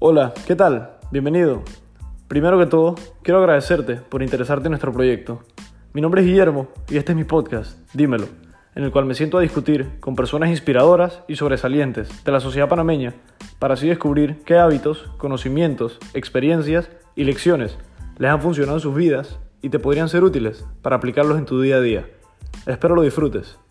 Hola, ¿qué tal? Bienvenido. Primero que todo, quiero agradecerte por interesarte en nuestro proyecto. Mi nombre es Guillermo y este es mi podcast, Dímelo, en el cual me siento a discutir con personas inspiradoras y sobresalientes de la sociedad panameña para así descubrir qué hábitos, conocimientos, experiencias y lecciones les han funcionado en sus vidas y te podrían ser útiles para aplicarlos en tu día a día. Espero lo disfrutes.